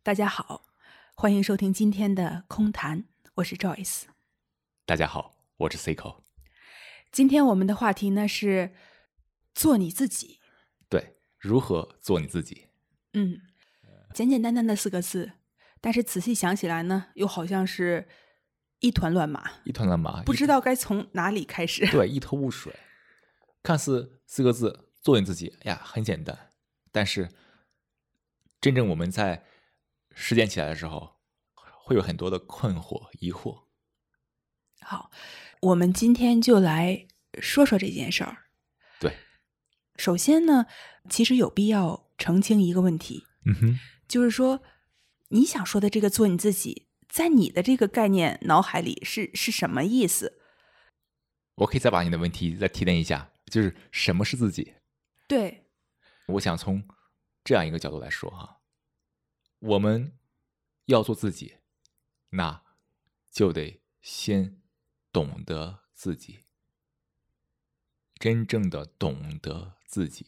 大家好，欢迎收听今天的空谈，我是 Joyce。 大家好，我是 Seiko。 今天我们的话题呢是做你自己。 对，如何做你自己？ 简简单单的4个字，但是仔细想起来呢，又好像是一团乱麻， 一团乱麻， 不知道该从哪里开始。 对，一头雾水。看似4个字，做你自己，呀，很简单，但是真正我们在实践起来的时候，会有很多的困惑、疑惑。 好，我们今天就来说说这件事儿。 对， 首先呢，其实有必要澄清一个问题，就是说，你想说的这个做你自己，在你的这个概念脑海里是什么意思？ 我可以再把你的问题再提炼一下，就是什么是自己？ 对， 我想从这样一个角度来说哈，我们要做自己，那就得先懂得自己，真正的懂得自己。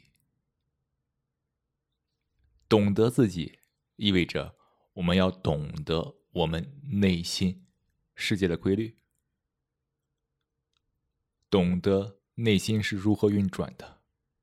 懂得自己意味着我们要懂得我们内心世界的规律，懂得内心是如何运转的，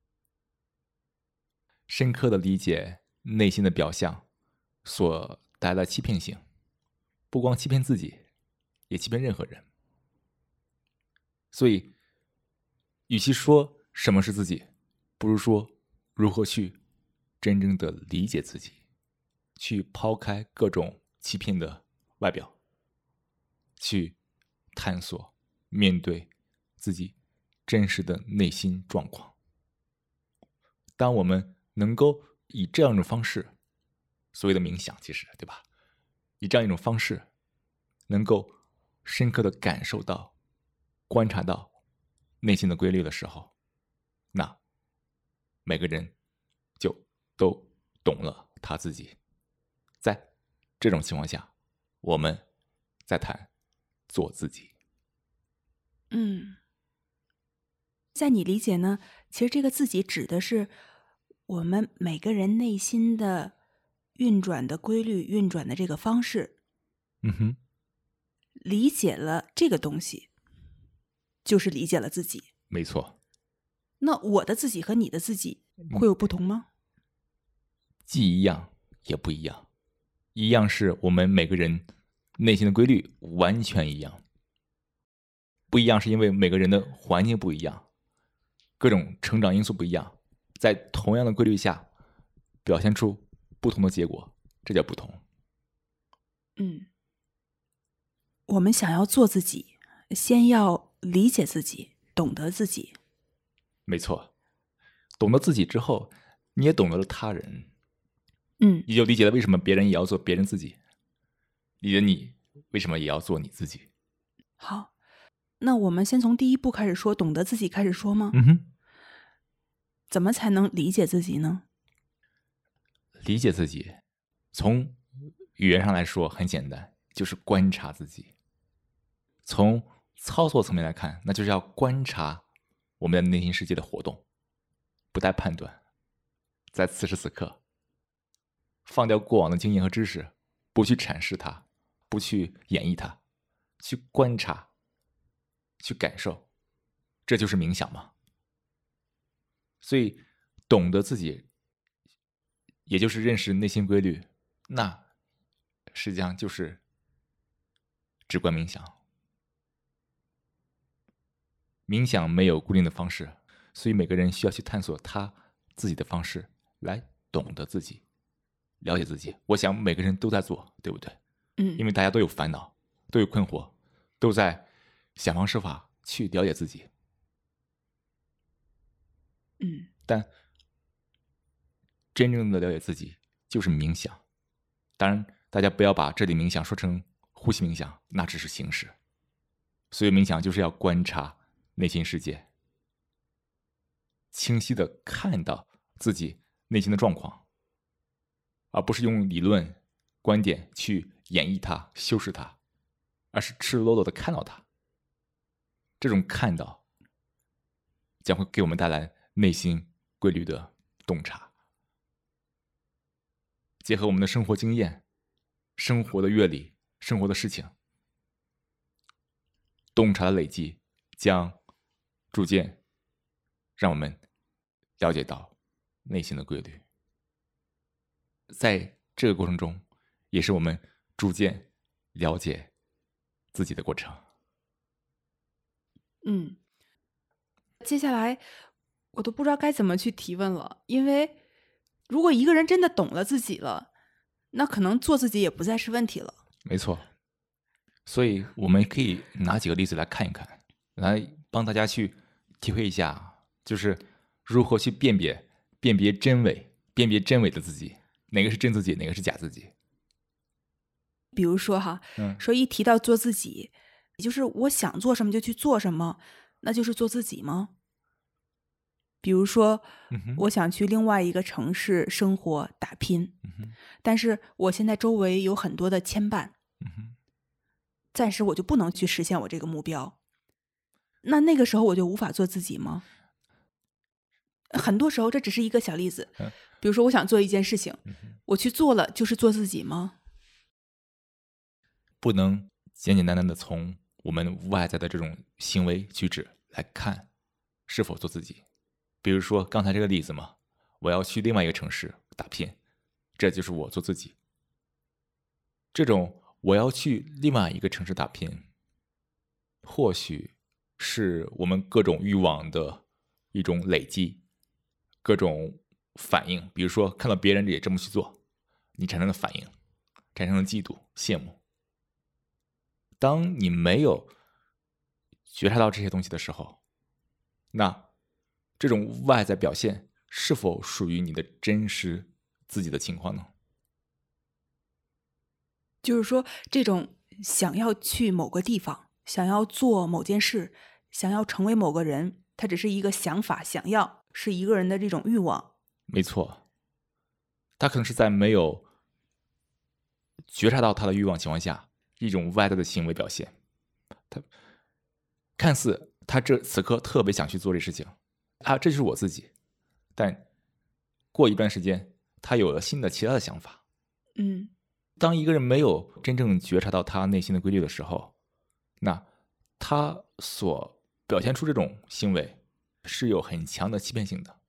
深刻的理解内心的表象所带来的欺骗性，不光欺骗自己，也欺骗任何人。所以与其说什么是自己，不如说如何去真正的理解自己，去抛开各种欺骗的外表，去探索面对自己真实的内心状况。当我们能够以这样一种方式，所谓的冥想，其实对吧？以这样一种方式，能够深刻的感受到、观察到内心的规律的时候，那每个人就都懂了他自己。在这种情况下，我们再谈做自己。 在你理解呢，其实这个自己指的是我们每个人内心的运转的规律、运转的这个方式。理解了这个东西，就是理解了自己。 没错。 那我的自己和你的自己会有不同吗？ 既一样也不一样。一样是我们每个人内心的规律完全一样，不一样是因为每个人的环境不一样，各种成长因素不一样，在同样的规律下表现出不同的结果，这叫不同。 我们想要做自己，先要理解自己，懂得自己。 没错，懂得自己之后，你也懂得了他人，你就理解了为什么别人也要做别人自己，理解你为什么也要做你自己。 好，那我们先从第一步开始说，懂得自己开始说吗？怎么才能理解自己呢？ 理解自己，从语言上来说很简单，就是观察自己。从操作层面来看，那就是要观察我们的内心世界的活动，不带判断，在此时此刻放掉过往的经验和知识，不去阐释它，不去演绎它，去观察，去感受，这就是冥想嘛。所以懂得自己，也就是认识内心规律，那实际上就是直观冥想。冥想没有固定的方式，所以每个人需要去探索他自己的方式来懂得自己，了解自己。我想每个人都在做，对不对？因为大家都有烦恼，都有困惑，都在想方设法去了解自己。但真正的了解自己就是冥想。当然，大家不要把这里冥想说成呼吸冥想，那只是形式。所以冥想就是要观察内心世界，清晰的看到自己内心的状况，而不是用理论观点去演绎它、修饰它，而是赤裸裸的看到它。这种看到将会给我们带来内心规律的洞察。结合我们的生活经验， 生活的阅历、生活的事情、洞察的累积，将逐渐让我们了解到内心的规律。在这个过程中，也是我们逐渐了解自己的过程。 接下来我都不知道该怎么去提问了，因为如果一个人真的懂了自己了，那可能做自己也不再是问题了。 没错，所以我们可以拿几个例子来看一看，来帮大家去体会一下，就是如何去辨别真伪的自己，哪个是真自己，哪个是假自己。 比如说说一提到做自己，也就是我想做什么就去做什么，那就是做自己吗？比如说我想去另外一个城市生活打拼，但是我现在周围有很多的牵绊，暂时我就不能去实现我这个目标，那个时候我就无法做自己吗？很多时候这只是一个小例子，比如说我想做一件事情，我去做了，就是做自己吗？ 不能简简单单的从我们外在的这种行为举止来看是否做自己。比如说刚才这个例子嘛，我要去另外一个城市打拼，这就是我做自己。这种我要去另外一个城市打拼，或许是我们各种欲望的一种累积，各种反应。比如说看到别人也这么去做，你产生的反应，产生了嫉妒、羡慕。当你没有觉察到这些东西的时候，那这种外在表现是否属于你的真实自己的情况呢？ 就是说这种想要去某个地方，想要做某件事，想要成为某个人，它只是一个想法，想要是一个人的这种欲望。 没错，他可能是在没有觉察到他的欲望情况下，一种外在的行为表现。他看似他此刻特别想去做这事情，这就是我自己，但过一段时间他有了新的其他的想法。当一个人没有真正觉察到他内心的规律的时候，那他所表现出这种行为是有很强的欺骗性的。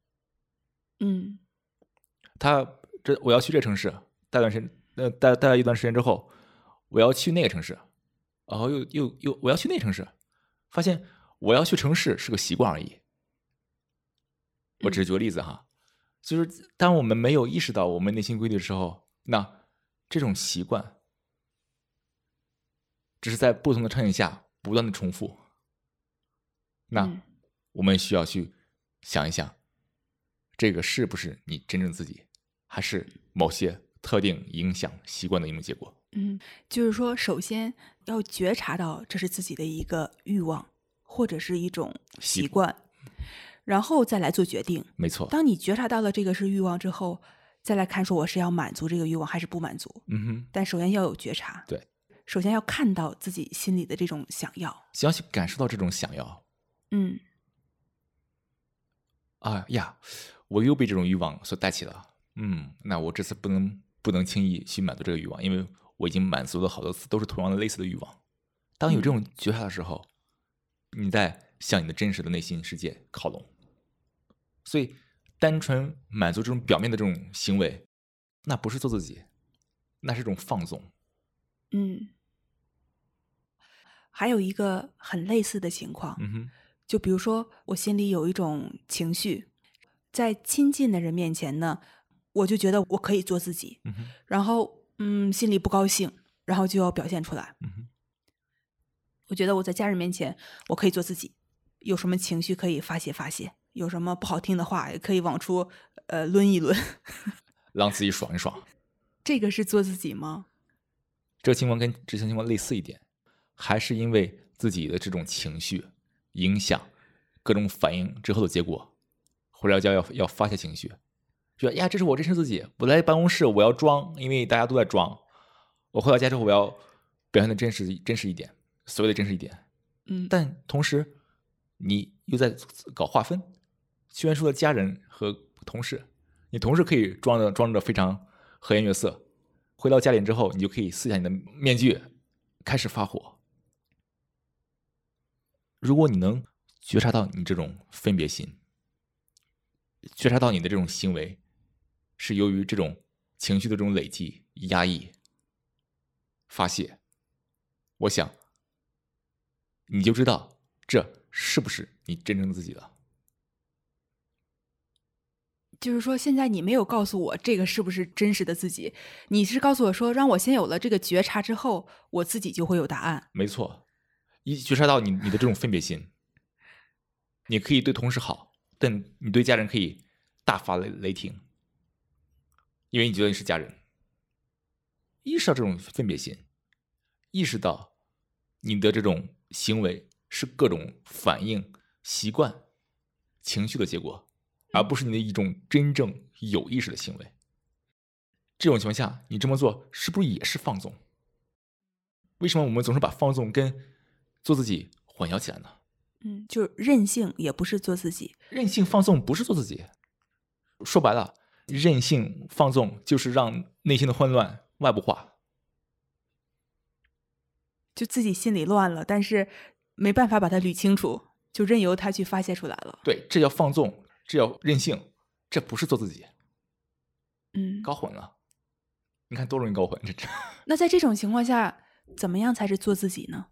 我要去这城市，待了一段时间之后，我要去那个城市，然后又我要去那个城市，发现我要去城市是个习惯而已。我只是举个例子就是当我们没有意识到我们内心规律的时候，那这种习惯只是在不同的场景下不断的重复。那我们需要去想一想，这个是不是你真正自己，还是某些特定影响习惯的一种结果？ 就是说首先要觉察到这是自己的一个欲望或者是一种习惯，然后再来做决定。 没错， 当你觉察到了这个是欲望之后，再来看说我是要满足这个欲望还是不满足。但首先要有觉察， 对， 首先要看到自己心里的这种想要去感受到这种想要。我又被这种欲望所带起了。那我这次不能轻易去满足这个欲望，因为我已经满足了好多次，都是同样的类似的欲望。当有这种觉察的时候，你在向你的真实的内心世界靠拢。所以单纯满足这种表面的这种行为，那不是做自己，那是一种放纵。 还有一个很类似的情况，就比如说我心里有一种情绪，在亲近的人面前呢，我就觉得我可以做自己，然后心里不高兴，然后就要表现出来。我觉得我在家人面前我可以做自己，有什么情绪可以发泄发泄，有什么不好听的话也可以往出抡一抡让自己爽一爽。 这个是做自己吗？ 这个情况跟之前情况类似一点，还是因为自己的这种情绪影响各种反应之后的结果。回到家要发泄情绪，觉得这是我真实自己。我来办公室我要装，因为大家都在装。我回到家之后我要表现的真实一点，所谓的真实一点。但同时你又在搞划分，虽说了家人和同事，你同事可以装着非常和颜悦色， 回到家里之后，你就可以撕下你的面具，开始发火。如果你能觉察到你这种分别心，觉察到你的这种行为是由于这种情绪的这种累积、压抑、发泄，我想你就知道这是不是你真正的自己了。 就是说，现在你没有告诉我这个是不是真实的自己，你是告诉我说，让我先有了这个觉察之后，我自己就会有答案。 没错，一觉察到你的这种分别心，你可以对同事好，但你对家人可以大发雷霆，因为你觉得你是家人。意识到这种分别心，意识到你的这种行为是各种反应、习惯、情绪的结果，而不是你的一种真正有意识的行为。这种情况下，你这么做是不是也是放纵？为什么我们总是把放纵跟做自己混淆起来呢？ 就是任性也不是做自己， 任性放纵不是做自己。说白了，任性放纵就是让内心的混乱外部化， 就自己心里乱了，但是没办法把它捋清楚，就任由它去发泄出来了。 对，这叫放纵，这叫任性，这不是做自己。搞混了，你看多容易搞混。 那在这种情况下，怎么样才是做自己呢？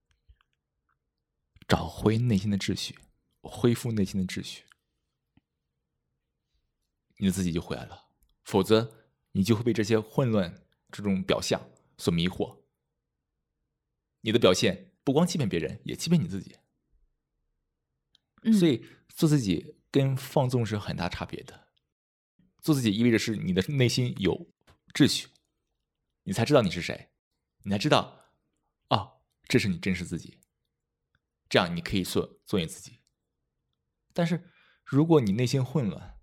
找回内心的秩序，恢复内心的秩序，你的自己就回来了。否则你就会被这些混乱这种表象所迷惑，你的表现不光欺骗别人，也欺骗你自己。所以做自己跟放纵是很大差别的。做自己意味着是你的内心有秩序，你才知道你是谁，你才知道这是你真实自己，这样你可以做你自己。但是如果你内心混乱，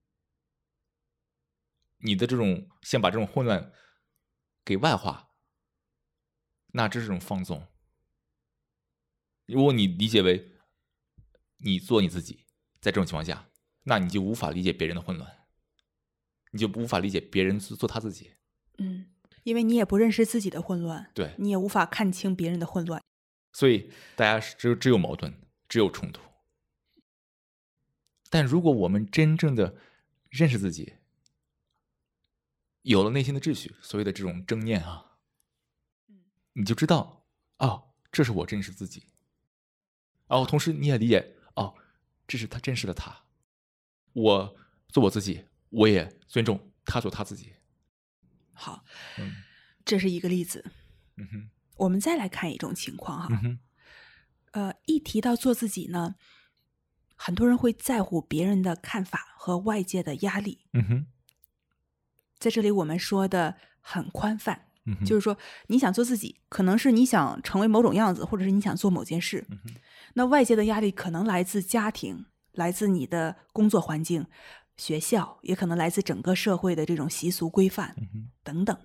你的这种先把这种混乱给外化，那这是一种放纵。如果你理解为你做你自己，在这种情况下，那你就无法理解别人的混乱，你就无法理解别人做他自己。 因为你也不认识自己的混乱， 对， 你也无法看清别人的混乱， 所以大家只有矛盾，只有冲突。但如果我们真正的认识自己，有了内心的秩序，所谓的这种正念你就知道这是我真实自己。同时你也理解这是他真实的他，我做我自己，我也尊重他做他自己。 好，这是一个例子。我们再来看一种情况一提到做自己呢，很多人会在乎别人的看法和外界的压力。在这里我们说的很宽泛，就是说你想做自己，可能是你想成为某种样子，或者是你想做某件事。那外界的压力可能来自家庭，来自你的工作环境，学校，也可能来自整个社会的这种习俗规范等等。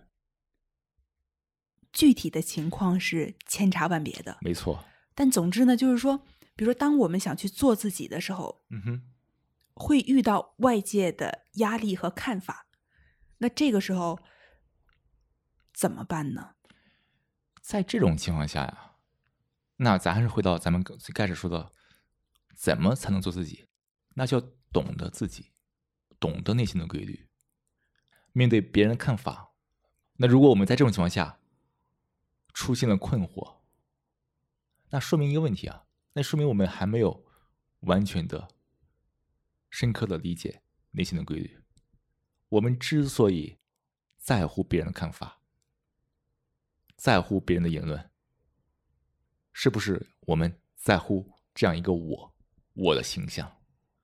具体的情况是千差万别的， 没错。 但总之呢，就是说，比如说当我们想去做自己的时候，会遇到外界的压力和看法，那这个时候怎么办呢？ 在这种情况下呀，那咱还是回到咱们最开始说的，怎么才能做自己？那就要懂得自己，懂得内心的规律。面对别人的看法，那如果我们在这种情况下出现了困惑，那说明一个问题那说明我们还没有完全的深刻的理解内心的规律。我们之所以在乎别人的看法，在乎别人的言论，是不是我们在乎这样一个我的形象？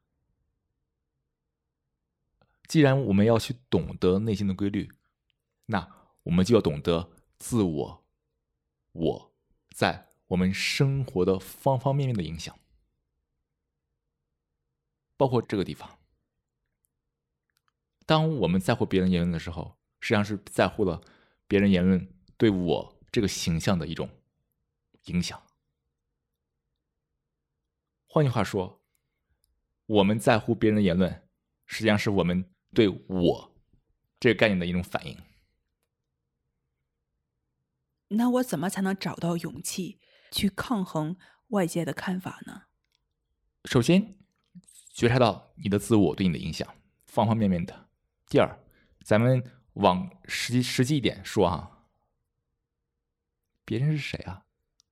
既然我们要去懂得内心的规律，那我们就要懂得自我在我们生活的方方面面的影响，包括这个地方。当我们在乎别人言论的时候，实际上是在乎了别人言论对我这个形象的一种影响。换句话说，我们在乎别人的言论，实际上是我们对我这个概念的一种反应。 那我怎么才能找到勇气去抗衡外界的看法呢？ 首先，觉察到你的自我对你的影响，方方面面的。第二，咱们往实际一点说啊，别人是谁啊？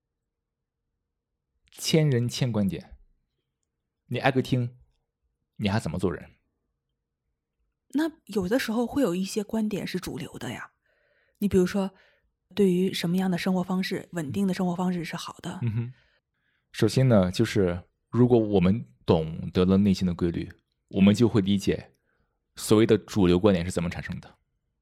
千人千观点，你挨个听，你还怎么做人？ 那有的时候会有一些观点是主流的呀，你比如说，对于什么样的生活方式，稳定的生活方式是好的。 首先呢，就是如果我们懂得了内心的规律，我们就会理解所谓的主流观点是怎么产生的。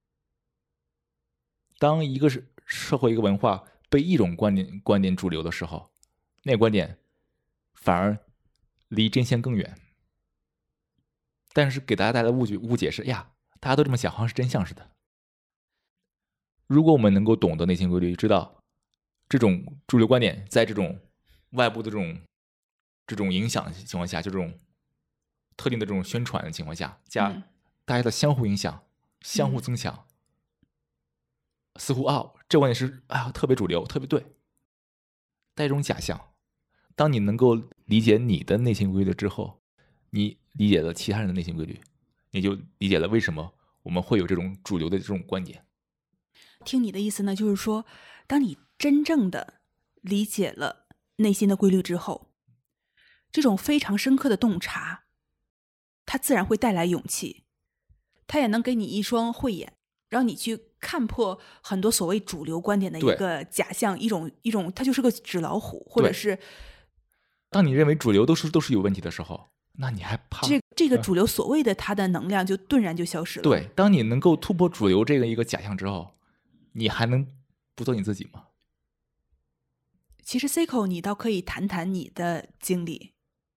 当一个社会一个文化被一种观点主流的时候，那个观点反而离真相更远。但是给大家带来的误解是呀，大家都这么想，好像是真相似的。如果我们能够懂得内心规律，知道这种主流观点在这种外部的这种影响情况下，就这种特定的这种宣传的情况下，加大家的相互影响、相互增强，似乎这观点是特别主流、特别对，带一种假象。当你能够理解你的内心规律之后，你理解了其他人的内心规律，你就理解了为什么我们会有这种主流的这种观点。 听你的意思呢，就是说，当你真正的理解了内心的规律之后，这种非常深刻的洞察，它自然会带来勇气，它也能给你一双慧眼，让你去看破很多所谓主流观点的一个假象，一种它就是个纸老虎，或者是当你认为主流都是有问题的时候，那你还怕这个主流所谓的它的能量就顿然就消失了。 对，当你能够突破主流这个一个假象之后，你还能不做你自己吗？ 其实 Seiko 你倒可以谈谈你的经历。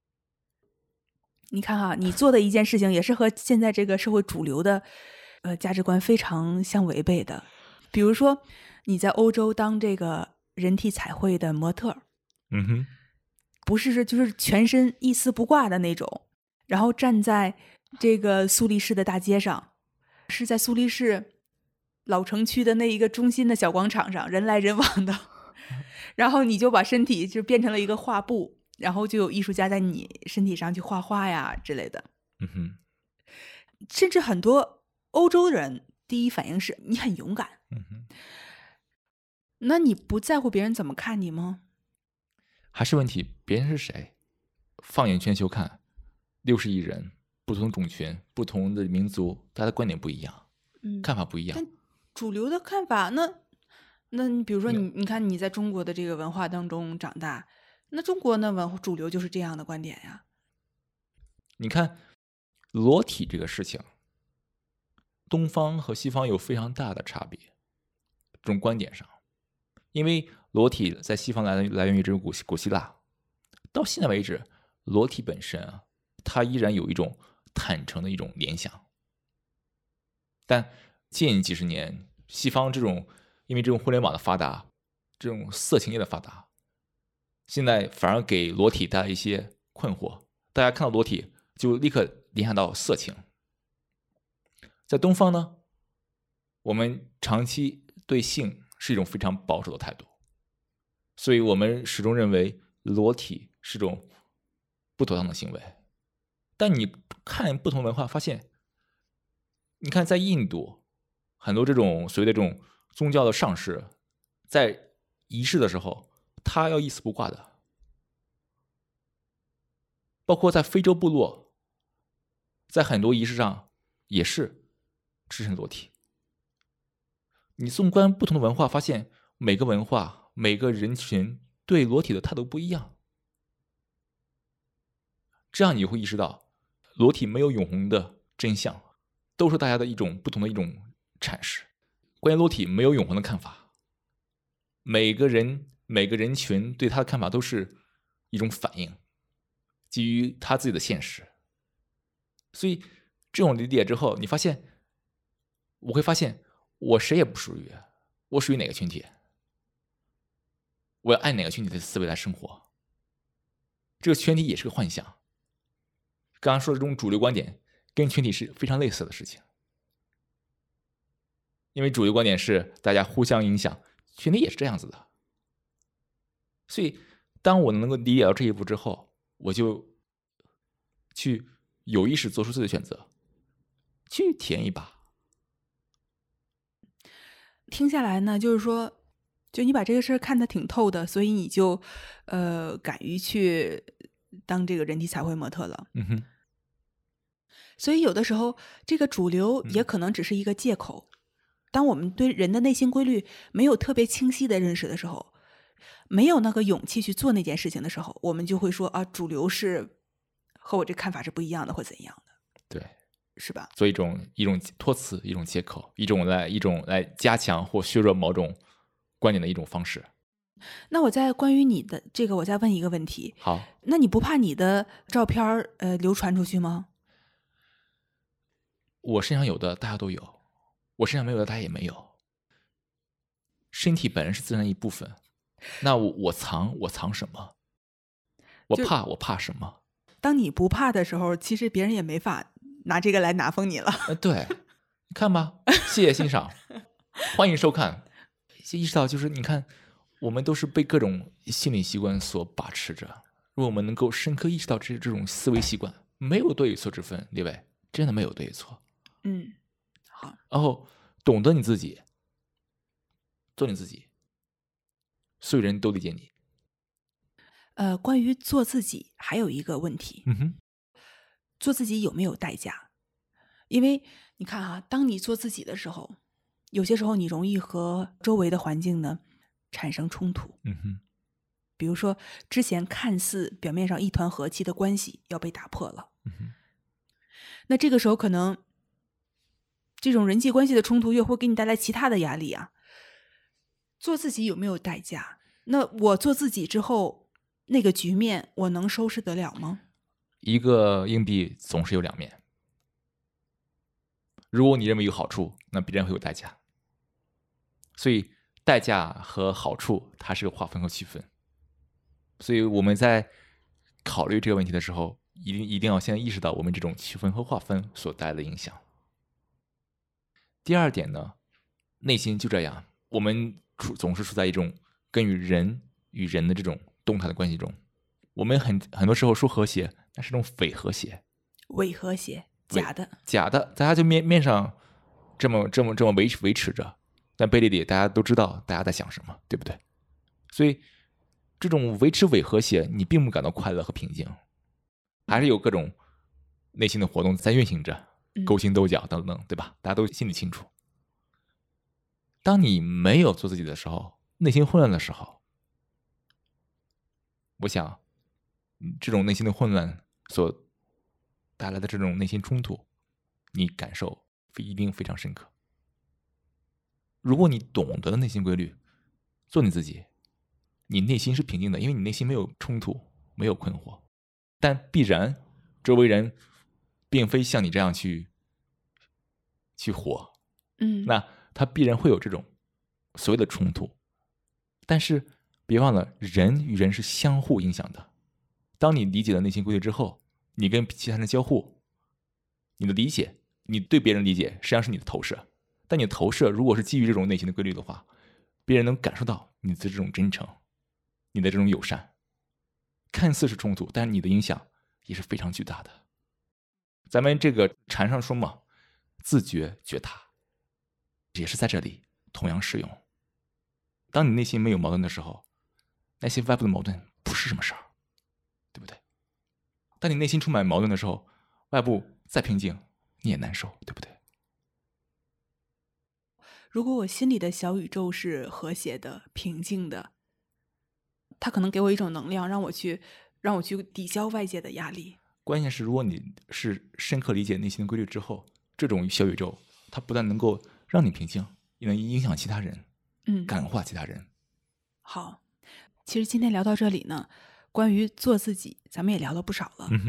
你看哈，你做的一件事情也是和现在这个社会主流的价值观非常相违背的。比如说你在欧洲当这个人体彩绘的模特，不是就是全身一丝不挂的那种，然后站在这个苏黎世的大街上，是在苏黎世老城区的那一个中心的小广场上，人来人往的，然后你就把身体就变成了一个画布，然后就有艺术家在你身体上去画画呀之类的。甚至很多欧洲人第一反应是你很勇敢。那你不在乎别人怎么看你吗？ 还是问题，别人是谁？放眼全球看，60亿人，不同种群、不同的民族，大家的观点不一样，看法不一样。 但主流的看法，那你比如说你看你在中国的这个文化当中长大，那中国呢主流就是这样的观点呀。 你看裸体这个事情，东方和西方有非常大的差别，这种观点上，因为裸体在西方来源于这种古希腊，到现在为止，裸体本身它依然有一种坦诚的一种联想。但近几十年，西方因为这种互联网的发达，这种色情业的发达，现在反而给裸体带来一些困惑。大家看到裸体就立刻联想到色情。在东方呢，我们长期对性是一种非常保守的态度，所以我们始终认为裸体是种不妥当的行为。但你看不同文化，发现，你看在印度，很多这种所谓的这种宗教的上师，在仪式的时候，他要一丝不挂的。包括在非洲部落，在很多仪式上也是赤身裸体。你纵观不同的文化，发现每个文化、每个人群对裸体的态度不一样。这样你会意识到，裸体没有永恒的真相，都是大家的不同的一种阐释。关于裸体没有永恒的看法，每个人群对他的看法都是一种反应，基于他自己的现实。所以这种理解之后，我会发现我谁也不属于，我属于哪个群体，我要按哪个群体的思维来生活。这个群体也是个幻想。刚刚说的这种主流观点跟群体是非常类似的事情，因为主流观点是大家互相影响， 群里也是这样子的。所以当我能够理解到这一步之后，我就去有意识做出自己的选择，去体验一把。 听下来呢，就是说，就你把这个事儿看得挺透的，所以你就敢于去当这个人体彩绘模特了。所以有的时候，这个主流也可能只是一个借口。当我们对人的内心规律没有特别清晰的认识的时候，没有那个勇气去做那件事情的时候，我们就会说啊，主流是和我这看法是不一样的，或怎样的。 对， 是吧？ 做一种托词，一种借口，一种来加强或削弱某种观点的一种方式。 那我在关于你的这个，我再问一个问题。 好， 那你不怕你的照片流传出去吗？ 我身上有的大家都有，我身上没有的大家也没有。身体本身是自然一部分，那我藏什么？我怕什么？ 当你不怕的时候，其实别人也没法拿这个来拿封你了。 对，你看吧，谢谢欣赏，欢迎收看。意识到就是你看，我们都是被各种心理习惯所把持着。如果我们能够深刻意识到这种思维习惯，没有对与错之分，列位，真的没有对与错。 好。 然后懂得你自己，做你自己，所有人都理解你。 关于做自己，还有一个问题，做自己有没有代价？因为你看啊，当你做自己的时候，有些时候你容易和周围的环境呢产生冲突。比如说之前看似表面上一团和气的关系要被打破了。那这个时候可能这种人际关系的冲突又会给你带来其他的压力啊。做自己有没有代价？那我做自己之后，那个局面我能收拾得了吗？ 一个硬币总是有两面，如果你认为有好处，那必然会有代价。所以代价和好处它是个划分和区分。所以我们在考虑这个问题的时候，一定要先意识到我们这种区分和划分所带来的影响。第二点呢，内心就这样，我们总是处在一种跟人与人的这种动态的关系中。我们很多时候说和谐，那是一种伪和谐， 伪和谐，假的，大家就面上这么维持着，但背地里大家都知道大家在想什么，对不对？所以这种维持伪和谐，你并不感到快乐和平静，还是有各种内心的活动在运行着，勾心斗角等等，对吧？大家都心里清楚。当你没有做自己的时候，内心混乱的时候，我想这种内心的混乱所带来的这种内心冲突，你感受一定非常深刻。如果你懂得了内心规律，做你自己，你内心是平静的，因为你内心没有冲突，没有困惑。但必然周围人并非像你这样去活，那他必然会有这种所谓的冲突。但是别忘了，人与人是相互影响的。当你理解了内心规律之后，你跟其他人交互，你的理解，你对别人理解实际上是你的投射。但你的投射如果是基于这种内心的规律的话，别人能感受到你的这种真诚，你的这种友善。看似是冲突，但你的影响也是非常巨大的。咱们这个禅上说嘛，自觉觉他，也是在这里同样适用。当你内心没有矛盾的时候，那些外部的矛盾不是什么事儿，对不对？当你内心充满矛盾的时候，外部再平静你也难受，对不对？ 如果我心里的小宇宙是和谐的、平静的，它可能给我一种能量，让我去抵消外界的压力。 关键是，如果你是深刻理解内心的规律之后，这种小宇宙它不但能够让你平静，也能影响其他人，感化其他人。 好，其实今天聊到这里呢，关于做自己，咱们也聊了不少了。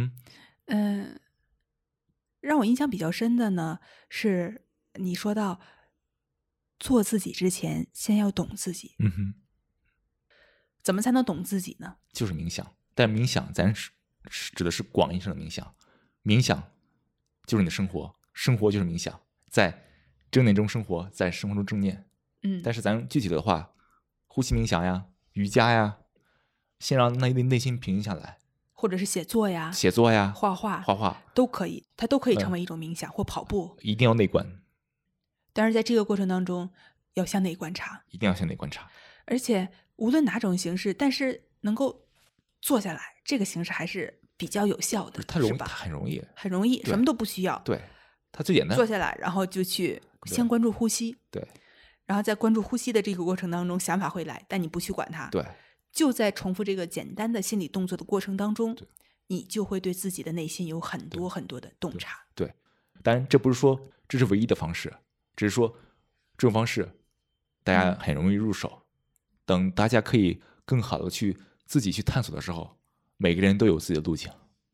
让我印象比较深的呢，是你说到做自己之前，先要懂自己。怎么才能懂自己呢？ 就是冥想，但冥想咱指的是广义上的冥想。冥想就是你的生活，生活就是冥想，在正念中生活，在生活中正念。但是咱具体的话， 呼吸冥想呀、瑜伽呀，先让内心平静下来， 或者是写作呀、画画都可以，它都可以成为一种冥想，或跑步。 一定要内观。 但是在这个过程当中，要向内观察， 一定要向内观察。 而且无论哪种形式，但是能够坐下来，这个形式还是比较有效的， 它是吧？ 很容易， 很容易，什么都不需要。 对，它最简单。 坐下来，然后就去先关注呼吸。 对。 然后在关注呼吸的这个过程当中，想法会来，但你不去管它。 对。 就在重复这个简单的心理动作的过程当中，你就会对自己的内心有很多很多的洞察。 对，当然这不是说这是唯一的方式，只是说这种方式大家很容易入手。等大家可以更好的自己去探索的时候，每个人都有自己的路径。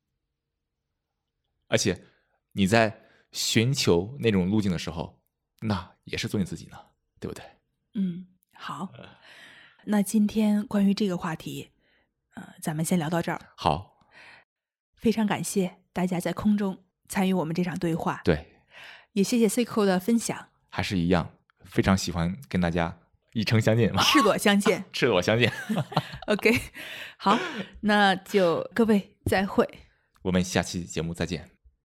而且你在寻求那种路径的时候，那也是做你自己呢，对不对？ 好。那今天关于这个话题，咱们先聊到这儿。 好， 非常感谢大家在空中参与我们这场对话。 对， 也谢谢 Seiko 的分享。 还是一样，非常喜欢跟大家以诚相见嘛， 赤裸相见， 赤裸相见。 OK， 好，那就各位再会， 我们下期节目再见。